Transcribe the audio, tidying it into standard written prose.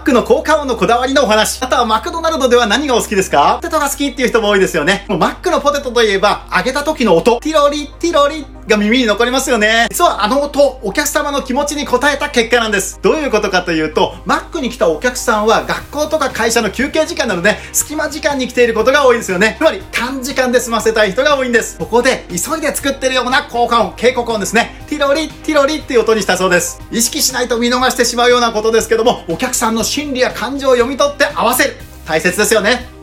クの効果音のこだわりのお話。あとはマクドナルドでは何がお好きですか？ポテトが好きっていう人も多いですよね。マックのポテトといえば、揚げた時の音、ティロリ、ティロリが耳に残りますよね。実はあの音、お客様の気持ちに応えた結果なんです。どういうことかというと、マックに来たお客さんは学校とか会社の休憩時間なので、隙間時間に来ていることが多いですよね。つまり短時間で済ませたい人が多いんです。ここで急いで作ってるような効果音、警告音ですね。ティロリ、ティロリっていう音にしたそうです。意識しないと見逃してしまうようなことですけども、お客さんの心理や感情を読み取って合わせる。大切ですよね。